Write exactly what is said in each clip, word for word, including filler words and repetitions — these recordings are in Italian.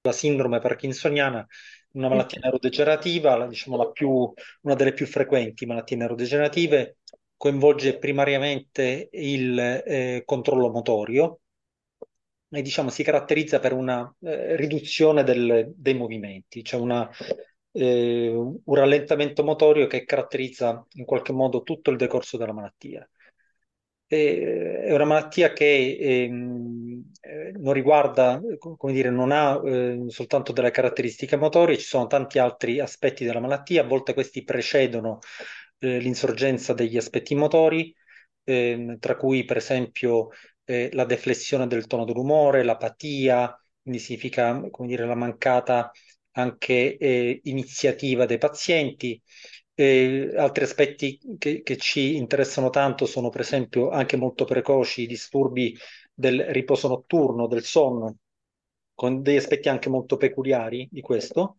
la sindrome parkinsoniana, una malattia neurodegenerativa, la- diciamo la più, una delle più frequenti malattie neurodegenerative, coinvolge primariamente il eh, controllo motorio e diciamo si caratterizza per una eh, riduzione del- dei movimenti, cioè una, eh, un rallentamento motorio che caratterizza in qualche modo tutto il decorso della malattia. E- è una malattia che ehm, eh, non riguarda, eh, co- come dire, non ha eh, soltanto delle caratteristiche motorie, ci sono tanti altri aspetti della malattia, a volte questi precedono eh, l'insorgenza degli aspetti motori, ehm, tra cui per esempio eh, la deflessione del tono dell'umore, l'apatia, quindi significa, come dire, la mancata anche eh, iniziativa dei pazienti. Eh, altri aspetti che, che ci interessano tanto sono, per esempio, anche molto precoci, i disturbi del riposo notturno, del sonno, con degli aspetti anche molto peculiari di questo,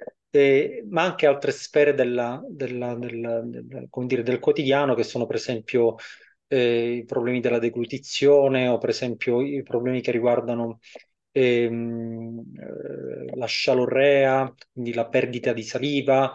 eh, ma anche altre sfere della- della- della- del, come dire, del quotidiano, che sono, per esempio, eh, i problemi della deglutizione o, per esempio, i problemi che riguardano ehm, eh, la scialorrea, quindi la perdita di saliva,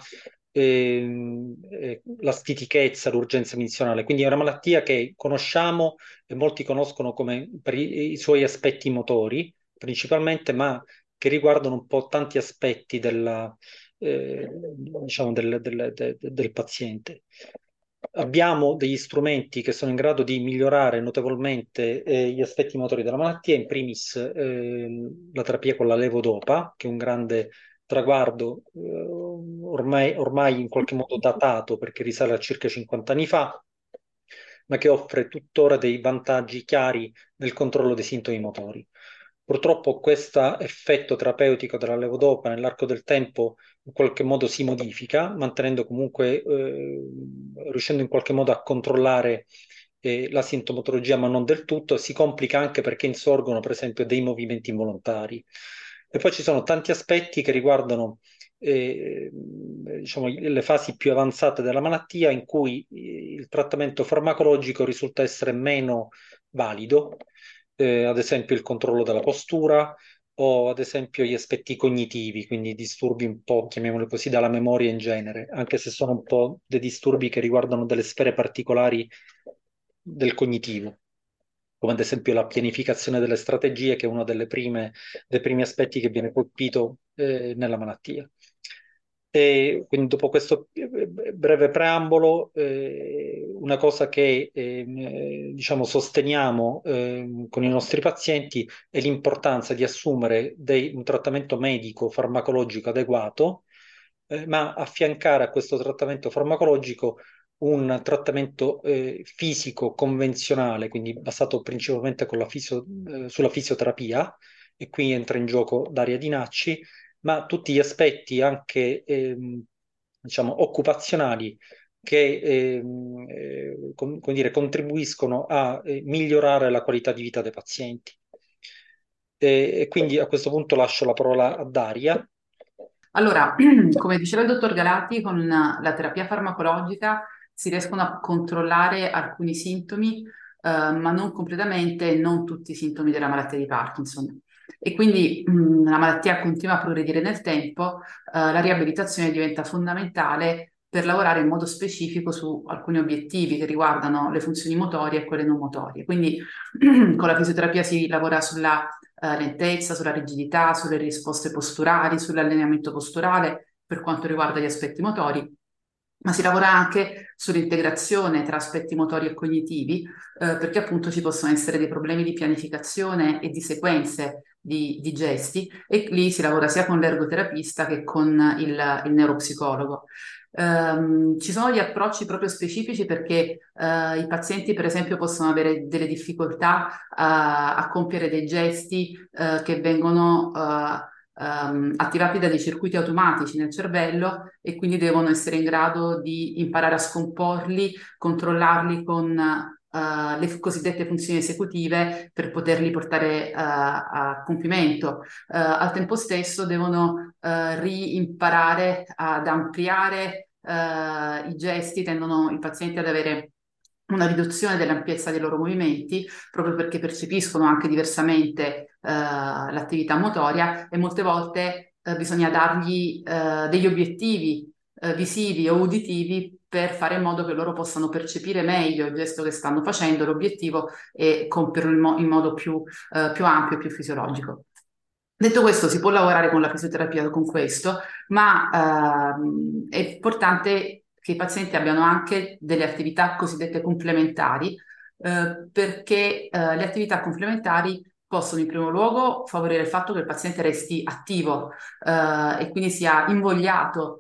ehm, eh, la stitichezza, l'urgenza menzionale. Quindi è una malattia che conosciamo e molti conoscono come per i, i suoi aspetti motori principalmente, ma che riguardano un po' tanti aspetti della, eh, diciamo del, del- de- del paziente. Abbiamo degli strumenti che sono in grado di migliorare notevolmente eh, gli aspetti motori della malattia, in primis eh, la terapia con la levodopa, che è un grande traguardo eh, ormai, ormai in qualche modo datato perché risale a circa cinquanta anni fa, ma che offre tuttora dei vantaggi chiari nel controllo dei sintomi motori. Purtroppo questo effetto terapeutico della levodopa nell'arco del tempo in qualche modo si modifica, mantenendo comunque, eh, riuscendo in qualche modo a controllare eh, la sintomatologia, ma non del tutto, si complica anche perché insorgono, per esempio, dei movimenti involontari. E poi ci sono tanti aspetti che riguardano eh, diciamo, le fasi più avanzate della malattia in cui eh, il trattamento farmacologico risulta essere meno valido, eh, ad esempio il controllo della postura o ad esempio gli aspetti cognitivi, quindi disturbi un po', chiamiamoli così, dalla memoria in genere, anche se sono un po' dei disturbi che riguardano delle sfere particolari del cognitivo, come ad esempio la pianificazione delle strategie, che è uno delle prime, dei primi aspetti che viene colpito eh, nella malattia. E quindi dopo questo eh, breve preambolo, eh, una cosa che ehm, eh, diciamo sosteniamo ehm, con i nostri pazienti è l'importanza di assumere dei- un trattamento medico farmacologico adeguato, eh, ma affiancare a questo trattamento farmacologico un trattamento eh, fisico convenzionale, quindi basato principalmente con la fisio- eh, sulla fisioterapia, e qui entra in gioco Daria Di Nacci, ma tutti gli aspetti anche ehm, diciamo, occupazionali che ehm, eh, com- come dire, contribuiscono a eh, migliorare la qualità di vita dei pazienti. E, e quindi a questo punto lascio la parola a Daria. Allora, come diceva il dottor Galati, con la terapia farmacologica si riescono a controllare alcuni sintomi, eh, ma non completamente, non tutti i sintomi della malattia di Parkinson. E quindi mh, la malattia continua a progredire nel tempo, eh, la riabilitazione diventa fondamentale per lavorare in modo specifico su alcuni obiettivi che riguardano le funzioni motorie e quelle non motorie. Quindi con la fisioterapia si lavora sulla eh, lentezza, sulla rigidità, sulle risposte posturali, sull'allineamento posturale per quanto riguarda gli aspetti motori, ma si lavora anche sull'integrazione tra aspetti motori e cognitivi, eh, perché appunto ci possono essere dei problemi di pianificazione e di sequenze di, di gesti, e lì si lavora sia con l'ergoterapista che con il, il neuropsicologo. Ehm, ci sono gli approcci proprio specifici perché eh, i pazienti, per esempio, possono avere delle difficoltà a, a compiere dei gesti eh, che vengono eh, ehm, attivati da dei circuiti automatici nel cervello, e quindi devono essere in grado di imparare a scomporli, controllarli con eh, le cosiddette funzioni esecutive per poterli portare eh, a compimento. Eh, al tempo stesso devono eh, rimparare ad ampliare eh, i gesti, tendono i pazienti ad avere una riduzione dell'ampiezza dei loro movimenti, proprio perché percepiscono anche diversamente l'attività motoria e molte volte eh, bisogna dargli eh, degli obiettivi eh, visivi o uditivi per fare in modo che loro possano percepire meglio il gesto che stanno facendo, l'obiettivo e compierlo in, mo- in modo più, eh, più ampio e più fisiologico. Detto questo, si può lavorare con la fisioterapia con questo, ma ehm, è importante che i pazienti abbiano anche delle attività cosiddette complementari, eh, perché eh, le attività complementari possono in primo luogo favorire il fatto che il paziente resti attivo eh, e quindi sia invogliato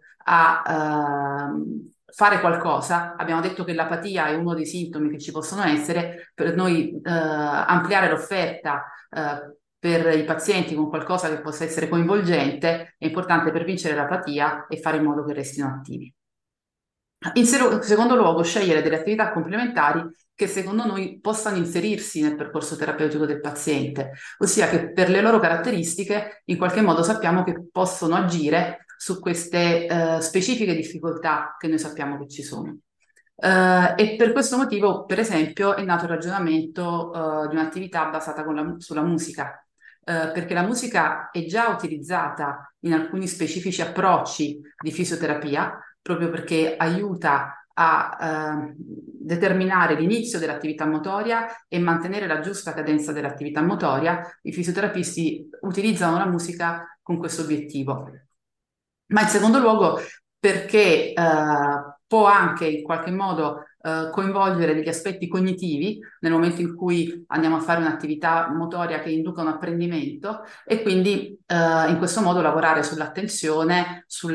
a ehm, fare qualcosa. Abbiamo detto che l'apatia è uno dei sintomi che ci possono essere, per noi eh, ampliare l'offerta eh, per i pazienti con qualcosa che possa essere coinvolgente è importante per vincere l'apatia e fare in modo che restino attivi. In se- secondo luogo, scegliere delle attività complementari che secondo noi possano inserirsi nel percorso terapeutico del paziente, ossia che per le loro caratteristiche in qualche modo sappiamo che possono agire su queste eh, specifiche difficoltà che noi sappiamo che ci sono. Eh, e per questo motivo, per esempio, è nato il ragionamento eh, di un'attività basata con la- sulla musica, eh, perché la musica è già utilizzata in alcuni specifici approcci di fisioterapia proprio perché aiuta a eh, determinare l'inizio dell'attività motoria e mantenere la giusta cadenza dell'attività motoria. I fisioterapisti utilizzano la musica con questo obiettivo. Ma in secondo luogo perché eh, può anche in qualche modo eh, coinvolgere degli aspetti cognitivi nel momento in cui andiamo a fare un'attività motoria che induca un apprendimento e quindi eh, in questo modo lavorare sull'attenzione, sul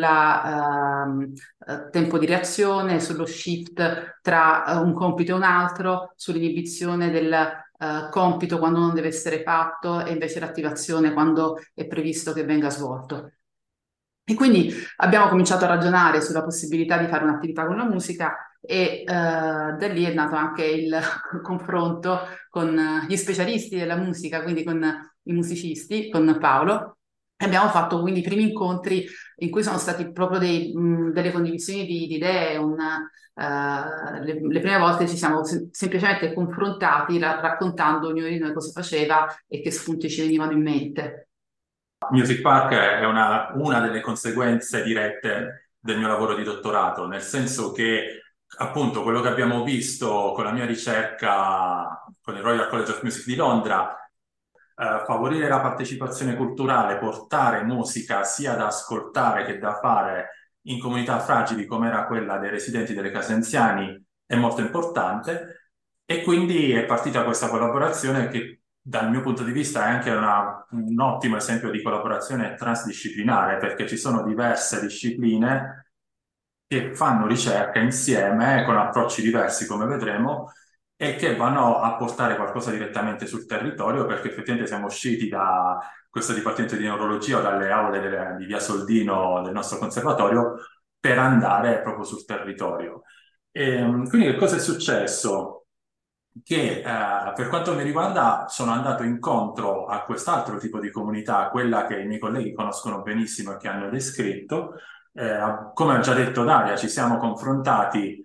tempo di reazione, sullo shift tra eh, un compito e un altro, sull'inibizione del eh, compito quando non deve essere fatto e invece l'attivazione quando è previsto che venga svolto. E quindi abbiamo cominciato a ragionare sulla possibilità di fare un'attività con la musica e eh, da lì è nato anche il confronto con eh, gli specialisti della musica, quindi con i musicisti, con Paolo. E abbiamo fatto quindi i primi incontri in cui sono stati proprio dei, mh, delle condivisioni di, di idee, una, eh, le, le prime volte ci siamo sem- semplicemente confrontati ra- raccontando ognuno di noi cosa faceva e che spunti ci venivano in mente. Music Park è una, una delle conseguenze dirette del mio lavoro di dottorato, nel senso che appunto quello che abbiamo visto con la mia ricerca con il Royal College of Music di Londra, eh, favorire la partecipazione culturale, portare musica sia da ascoltare che da fare in comunità fragili come era quella dei residenti delle case anziani è molto importante e quindi è partita questa collaborazione che dal mio punto di vista è anche una, un ottimo esempio di collaborazione transdisciplinare perché ci sono diverse discipline che fanno ricerca insieme con approcci diversi come vedremo e che vanno a portare qualcosa direttamente sul territorio perché effettivamente siamo usciti da questo dipartimento di neurologia o dalle aule delle- di Via Soldino del nostro conservatorio per andare proprio sul territorio. E, quindi che cosa è successo? Che eh, per quanto mi riguarda sono andato incontro a quest'altro tipo di comunità, quella che i miei colleghi conoscono benissimo e che hanno descritto. Eh, come ha già detto Daria, ci siamo confrontati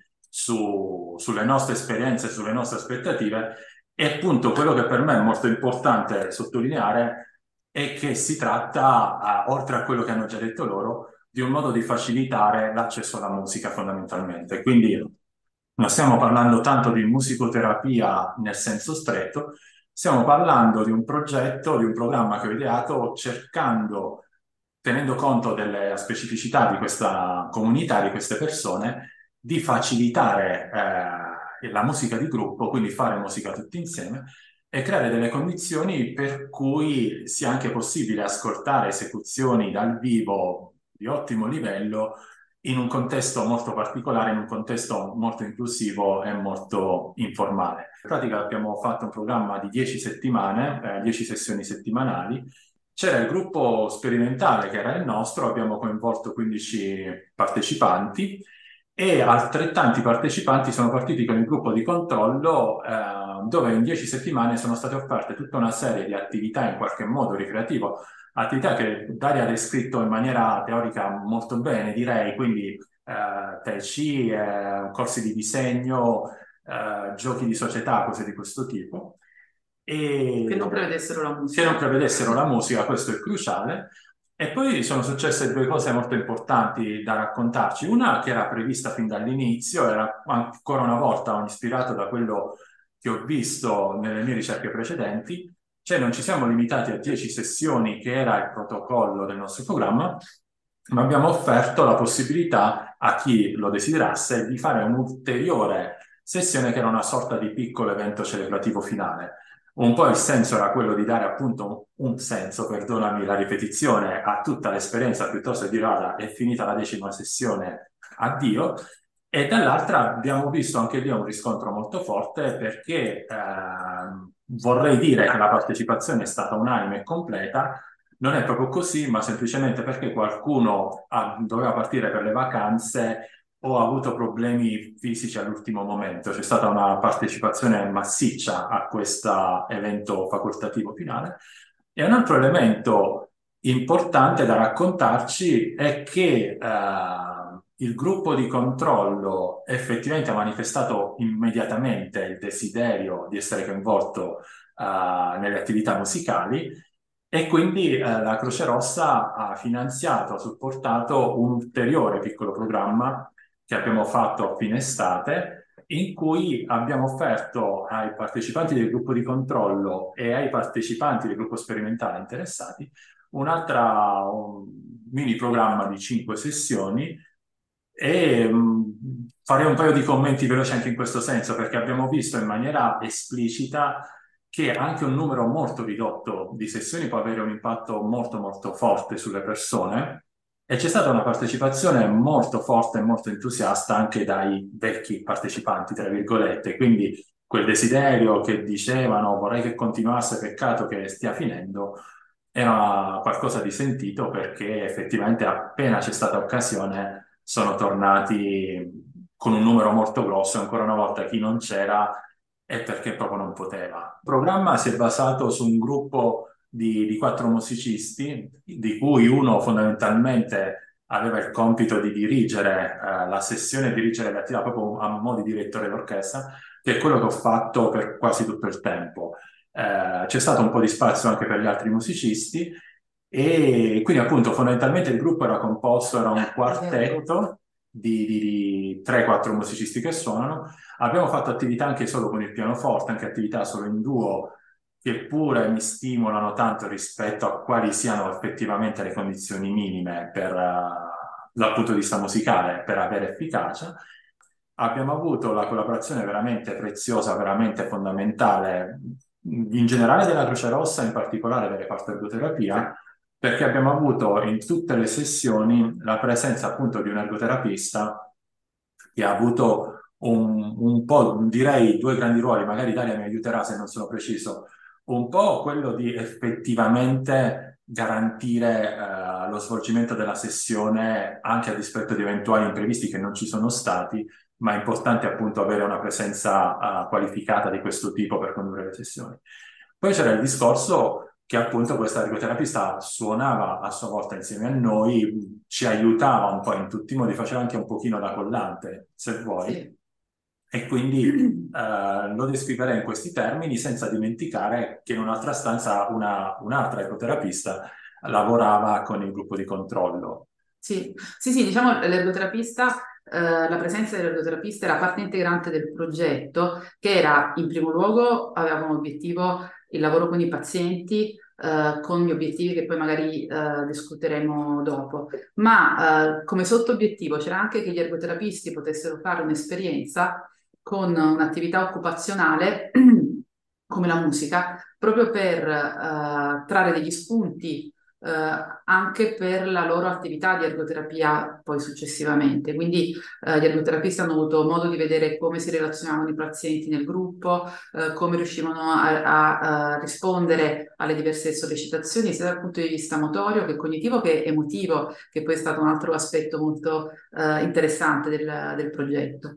su- sulle nostre esperienze, sulle nostre aspettative e appunto quello che per me è molto importante sottolineare è che si tratta, eh, oltre a quello che hanno già detto loro, di un modo di facilitare l'accesso alla musica fondamentalmente. Quindi non stiamo parlando tanto di musicoterapia nel senso stretto, stiamo parlando di un progetto, di un programma che ho ideato cercando, tenendo conto delle specificità di questa comunità, di queste persone, di facilitare eh, la musica di gruppo, quindi fare musica tutti insieme e creare delle condizioni per cui sia anche possibile ascoltare esecuzioni dal vivo di ottimo livello in un contesto molto particolare, in un contesto molto inclusivo e molto informale. In pratica abbiamo fatto un programma di dieci settimane, eh, dieci sessioni settimanali. C'era il gruppo sperimentale che era il nostro, abbiamo coinvolto quindici partecipanti e altrettanti partecipanti sono partiti con il gruppo di controllo eh, dove in dieci settimane sono state offerte tutta una serie di attività in qualche modo ricreativo, attività che Daria ha descritto in maniera teorica molto bene, direi, quindi eh, Tai Chi, eh, corsi di disegno, eh, giochi di società, cose di questo tipo. E che non prevedessero la musica. che non prevedessero la musica, questo è cruciale. E poi sono successe due cose molto importanti da raccontarci. Una che era prevista fin dall'inizio, era ancora una volta ispirato da quello che ho visto nelle mie ricerche precedenti, cioè non ci siamo limitati a dieci sessioni, che era il protocollo del nostro programma, ma abbiamo offerto la possibilità a chi lo desiderasse di fare un'ulteriore sessione che era una sorta di piccolo evento celebrativo finale. Un po' il senso era quello di dare appunto un senso, perdonami la ripetizione, a tutta l'esperienza, piuttosto di vada, è finita la decima sessione, addio. E dall'altra abbiamo visto anche lì un riscontro molto forte, perché eh, vorrei dire che la partecipazione è stata unanime e completa. Non è proprio così, ma semplicemente perché qualcuno ha, doveva partire per le vacanze o ha avuto problemi fisici all'ultimo momento. C'è stata una partecipazione massiccia a questo evento facoltativo finale. E un altro elemento importante da raccontarci è che eh, il gruppo di controllo effettivamente ha manifestato immediatamente il desiderio di essere coinvolto eh, nelle attività musicali, e quindi eh, la Croce Rossa ha finanziato, ha supportato un ulteriore piccolo programma che abbiamo fatto a fine estate, in cui abbiamo offerto ai partecipanti del gruppo di controllo e ai partecipanti del gruppo sperimentale interessati un'altra un mini programma di cinque sessioni. E mh, farei un paio di commenti veloci anche in questo senso, perché abbiamo visto in maniera esplicita che anche un numero molto ridotto di sessioni può avere un impatto molto molto forte sulle persone, e c'è stata una partecipazione molto forte e molto entusiasta anche dai vecchi partecipanti, tra virgolette, quindi quel desiderio che dicevano vorrei che continuasse, peccato che stia finendo, era qualcosa di sentito, perché effettivamente appena c'è stata occasione sono tornati con un numero molto grosso, e ancora una volta chi non c'era è perché proprio non poteva. Il programma si è basato su un gruppo di, di quattro musicisti, di cui uno fondamentalmente aveva il compito di dirigere eh, la sessione, dirigere l'attività proprio a mo' di direttore d'orchestra, che è quello che ho fatto per quasi tutto il tempo. Eh, c'è stato un po' di spazio anche per gli altri musicisti, e quindi appunto fondamentalmente il gruppo era composto, era un quartetto di, di, di tre quattro musicisti che suonano. Abbiamo fatto attività anche solo con il pianoforte, anche attività solo in duo, che pure mi stimolano tanto rispetto a quali siano effettivamente le condizioni minime per, uh, dal punto di vista musicale per avere efficacia. Abbiamo avuto la collaborazione veramente preziosa, veramente fondamentale, in generale della Croce Rossa, in particolare delle reparto ergoterapia, perché abbiamo avuto in tutte le sessioni la presenza appunto di un ergoterapista che ha avuto un, un po', direi, due grandi ruoli. Magari Daria mi aiuterà se non sono preciso. Un po' quello di effettivamente garantire eh, lo svolgimento della sessione anche a dispetto di eventuali imprevisti che non ci sono stati, ma è importante appunto avere una presenza uh, qualificata di questo tipo per condurre le sessioni. Poi c'era il discorso che appunto questa ergoterapista suonava a sua volta insieme a noi, ci aiutava un po' in tutti i modi, faceva anche un pochino da collante, se vuoi. Sì. E quindi uh, lo descriverei in questi termini, senza dimenticare che in un'altra stanza una, un'altra ergoterapista lavorava con il gruppo di controllo. Sì, sì, sì, diciamo l'ergoterapista, eh, la presenza dell'ergoterapista era parte integrante del progetto, che era in primo luogo, aveva come obiettivo il lavoro con i pazienti, eh, con gli obiettivi che poi magari eh, discuteremo dopo, ma eh, come sotto-obiettivo c'era anche che gli ergoterapisti potessero fare un'esperienza con un'attività occupazionale come la musica, proprio per eh, trarre degli spunti eh, anche per la loro attività di ergoterapia poi successivamente. Quindi eh, gli ergoterapisti hanno avuto modo di vedere come si relazionavano i pazienti nel gruppo, eh, come riuscivano a, a, a rispondere alle diverse sollecitazioni, sia dal punto di vista motorio che cognitivo che emotivo, che poi è stato un altro aspetto molto eh, interessante del, del progetto.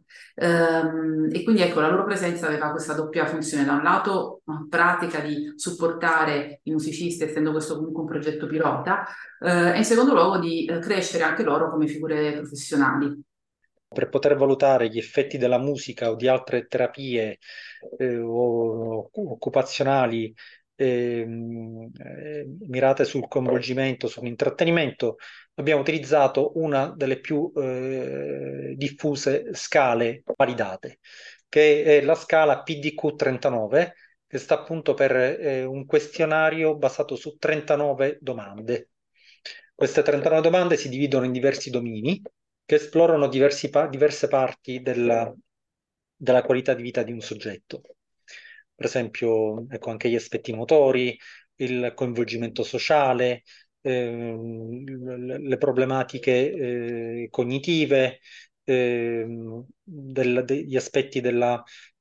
Ehm, e quindi ecco, la loro presenza aveva questa doppia funzione: da un lato pratica di supportare i musicisti, essendo questo comunque un progetto pilota, eh, e in secondo luogo di eh, crescere anche loro come figure professionali. per poter valutare gli effetti della musica o di altre terapie eh, o occupazionali ehm, eh, mirate sul coinvolgimento, sull'intrattenimento, abbiamo utilizzato una delle più eh, diffuse scale validate, che è la scala P D Q trentanove, che sta appunto per eh, un questionario basato su trentanove domande. Queste trentanove domande si dividono in diversi domini che esplorano diversi pa- diverse parti della, della qualità di vita di un soggetto. Per esempio, ecco, anche gli aspetti motori, il coinvolgimento sociale, ehm, le le problematiche eh, cognitive, ehm, del- degli aspetti della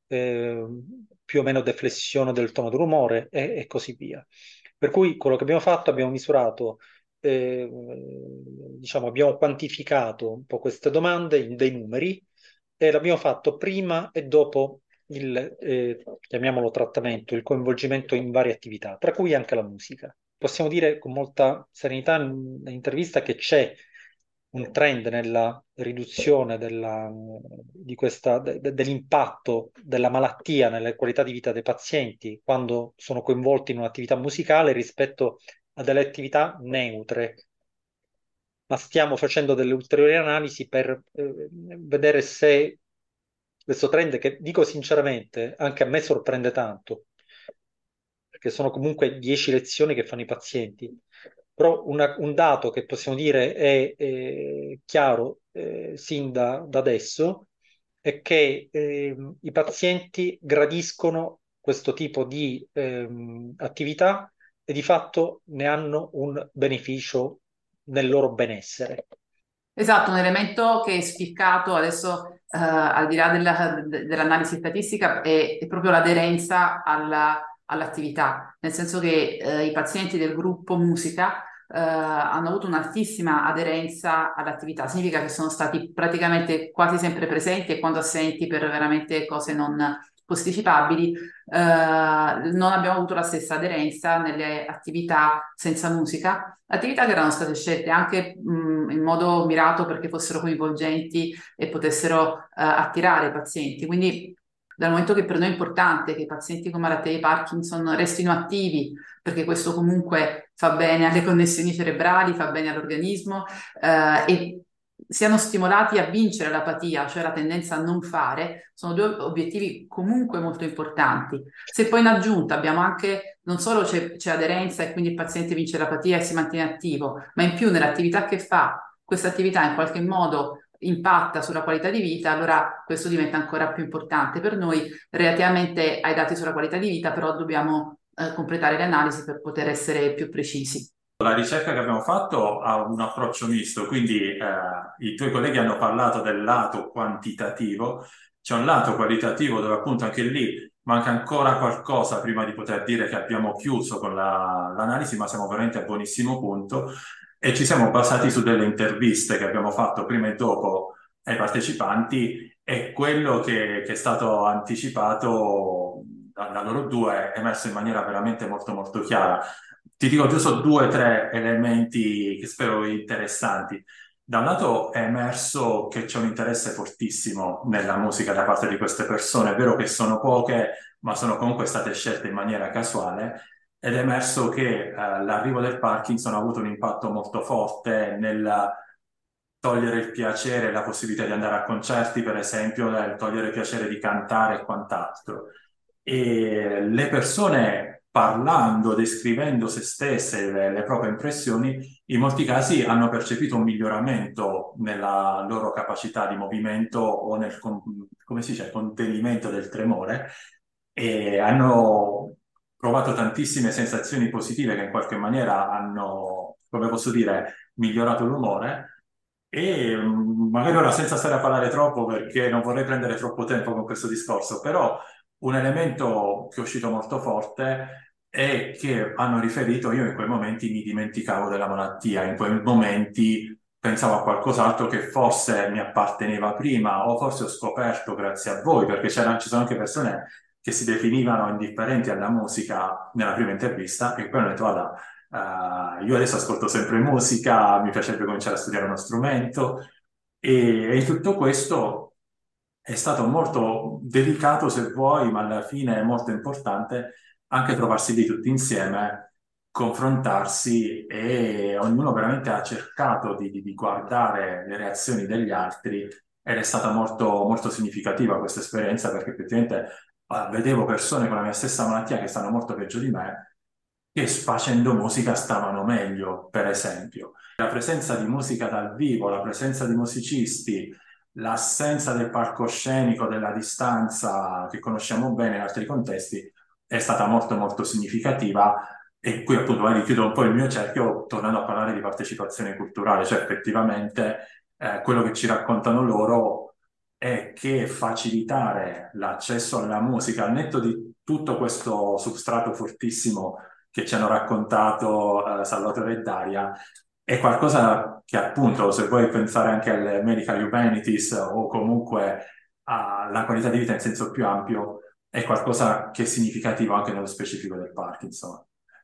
ehm, più o meno deflessione del tono dell'umore e, e così via. Per cui quello che abbiamo fatto, abbiamo misurato, eh, diciamo, abbiamo quantificato un po' queste domande in dei numeri e l'abbiamo fatto prima e dopo il, eh, chiamiamolo trattamento, il coinvolgimento in varie attività, tra cui anche la musica. Possiamo dire con molta serenità in intervista che c'è un trend nella riduzione della, di questa, de- de- dell'impatto della malattia nelle qualità di vita dei pazienti quando sono coinvolti in un'attività musicale rispetto a delle attività neutre, ma stiamo facendo delle ulteriori analisi per eh, vedere se questo trend, che dico sinceramente, anche a me sorprende tanto, perché sono comunque dieci lezioni che fanno i pazienti, però una- un dato che possiamo dire è, è chiaro eh, sin da, da adesso è che ehm, i pazienti gradiscono questo tipo di ehm, attività e di fatto ne hanno un beneficio nel loro benessere. Esatto, un elemento che è spiccato adesso, eh, al di là della- de- dell'analisi statistica, è, è proprio l'aderenza alla- all'attività, nel senso che eh, i pazienti del gruppo musica eh, hanno avuto un'altissima aderenza all'attività, significa che sono stati praticamente quasi sempre presenti e quando assenti per veramente cose non posticipabili, eh, non abbiamo avuto la stessa aderenza nelle attività senza musica, attività che erano state scelte anche mh, in modo mirato perché fossero coinvolgenti e potessero eh, attirare i pazienti. Quindi, dal momento che per noi è importante che i pazienti con malattia di Parkinson restino attivi, perché questo comunque fa bene alle connessioni cerebrali, fa bene all'organismo, eh, e siano stimolati a vincere l'apatia, cioè la tendenza a non fare, sono due obiettivi comunque molto importanti. Se poi in aggiunta abbiamo anche, non solo c'è, c'è aderenza e quindi il paziente vince l'apatia e si mantiene attivo, ma in più nell'attività che fa, questa attività in qualche modo impatta sulla qualità di vita, allora questo diventa ancora più importante per noi. Relativamente ai dati sulla qualità di vita, però dobbiamo eh, completare le analisi per poter essere più precisi. La ricerca che abbiamo fatto ha un approccio misto, quindi eh, i tuoi colleghi hanno parlato del lato quantitativo, c'è un lato qualitativo dove appunto anche lì manca ancora qualcosa prima di poter dire che abbiamo chiuso con la- l'analisi, ma siamo veramente a buonissimo punto e ci siamo basati su delle interviste che abbiamo fatto prima e dopo ai partecipanti e quello che, che è stato anticipato da, da loro due è emerso in maniera veramente molto molto chiara. Ti dico giusto due o tre elementi che spero interessanti. Da un lato è emerso che c'è un interesse fortissimo nella musica da parte di queste persone, è vero che sono poche, ma sono comunque state scelte in maniera casuale, ed è emerso che eh, l'arrivo del Parkinson ha avuto un impatto molto forte nel togliere il piacere, la possibilità di andare a concerti, per esempio, nel togliere il piacere di cantare e quant'altro. E le persone parlando, descrivendo se stesse, le, le proprie impressioni, in molti casi hanno percepito un miglioramento nella loro capacità di movimento o nel, con- come si dice, contenimento del tremore e hanno provato tantissime sensazioni positive che in qualche maniera hanno, come posso dire, migliorato l'umore. E mh, magari ora senza stare a parlare troppo perché non vorrei prendere troppo tempo con questo discorso, però un elemento che è uscito molto forte è che hanno riferito io in quei momenti mi dimenticavo della malattia, in quei momenti pensavo a qualcos'altro che forse mi apparteneva prima o forse ho scoperto grazie a voi, perché c'erano, ci sono anche persone che si definivano indifferenti alla musica nella prima intervista e poi hanno detto guarda, Uh, io adesso ascolto sempre musica, mi piacerebbe cominciare a studiare uno strumento E, e in tutto questo è stato molto delicato, se vuoi, ma alla fine è molto importante anche trovarsi lì tutti insieme, confrontarsi, e ognuno veramente ha cercato di, di- di guardare le reazioni degli altri, ed è stata molto, molto significativa questa esperienza, perché effettivamente eh, vedevo persone con la mia stessa malattia che stanno molto peggio di me, che facendo musica stavano meglio, per esempio. La presenza di musica dal vivo, la presenza di musicisti, l'assenza del palcoscenico, della distanza che conosciamo bene in altri contesti, è stata molto molto significativa. E qui appunto magari chiudo un po' il mio cerchio tornando a parlare di partecipazione culturale, cioè effettivamente eh, quello che ci raccontano loro è che facilitare l'accesso alla musica, al netto di tutto questo substrato fortissimo che ci hanno raccontato eh, Salvatore e Daria, è qualcosa che appunto, se vuoi pensare anche alle medical humanities o comunque alla qualità di vita in senso più ampio, è qualcosa che è significativo anche nello specifico del Parkinson.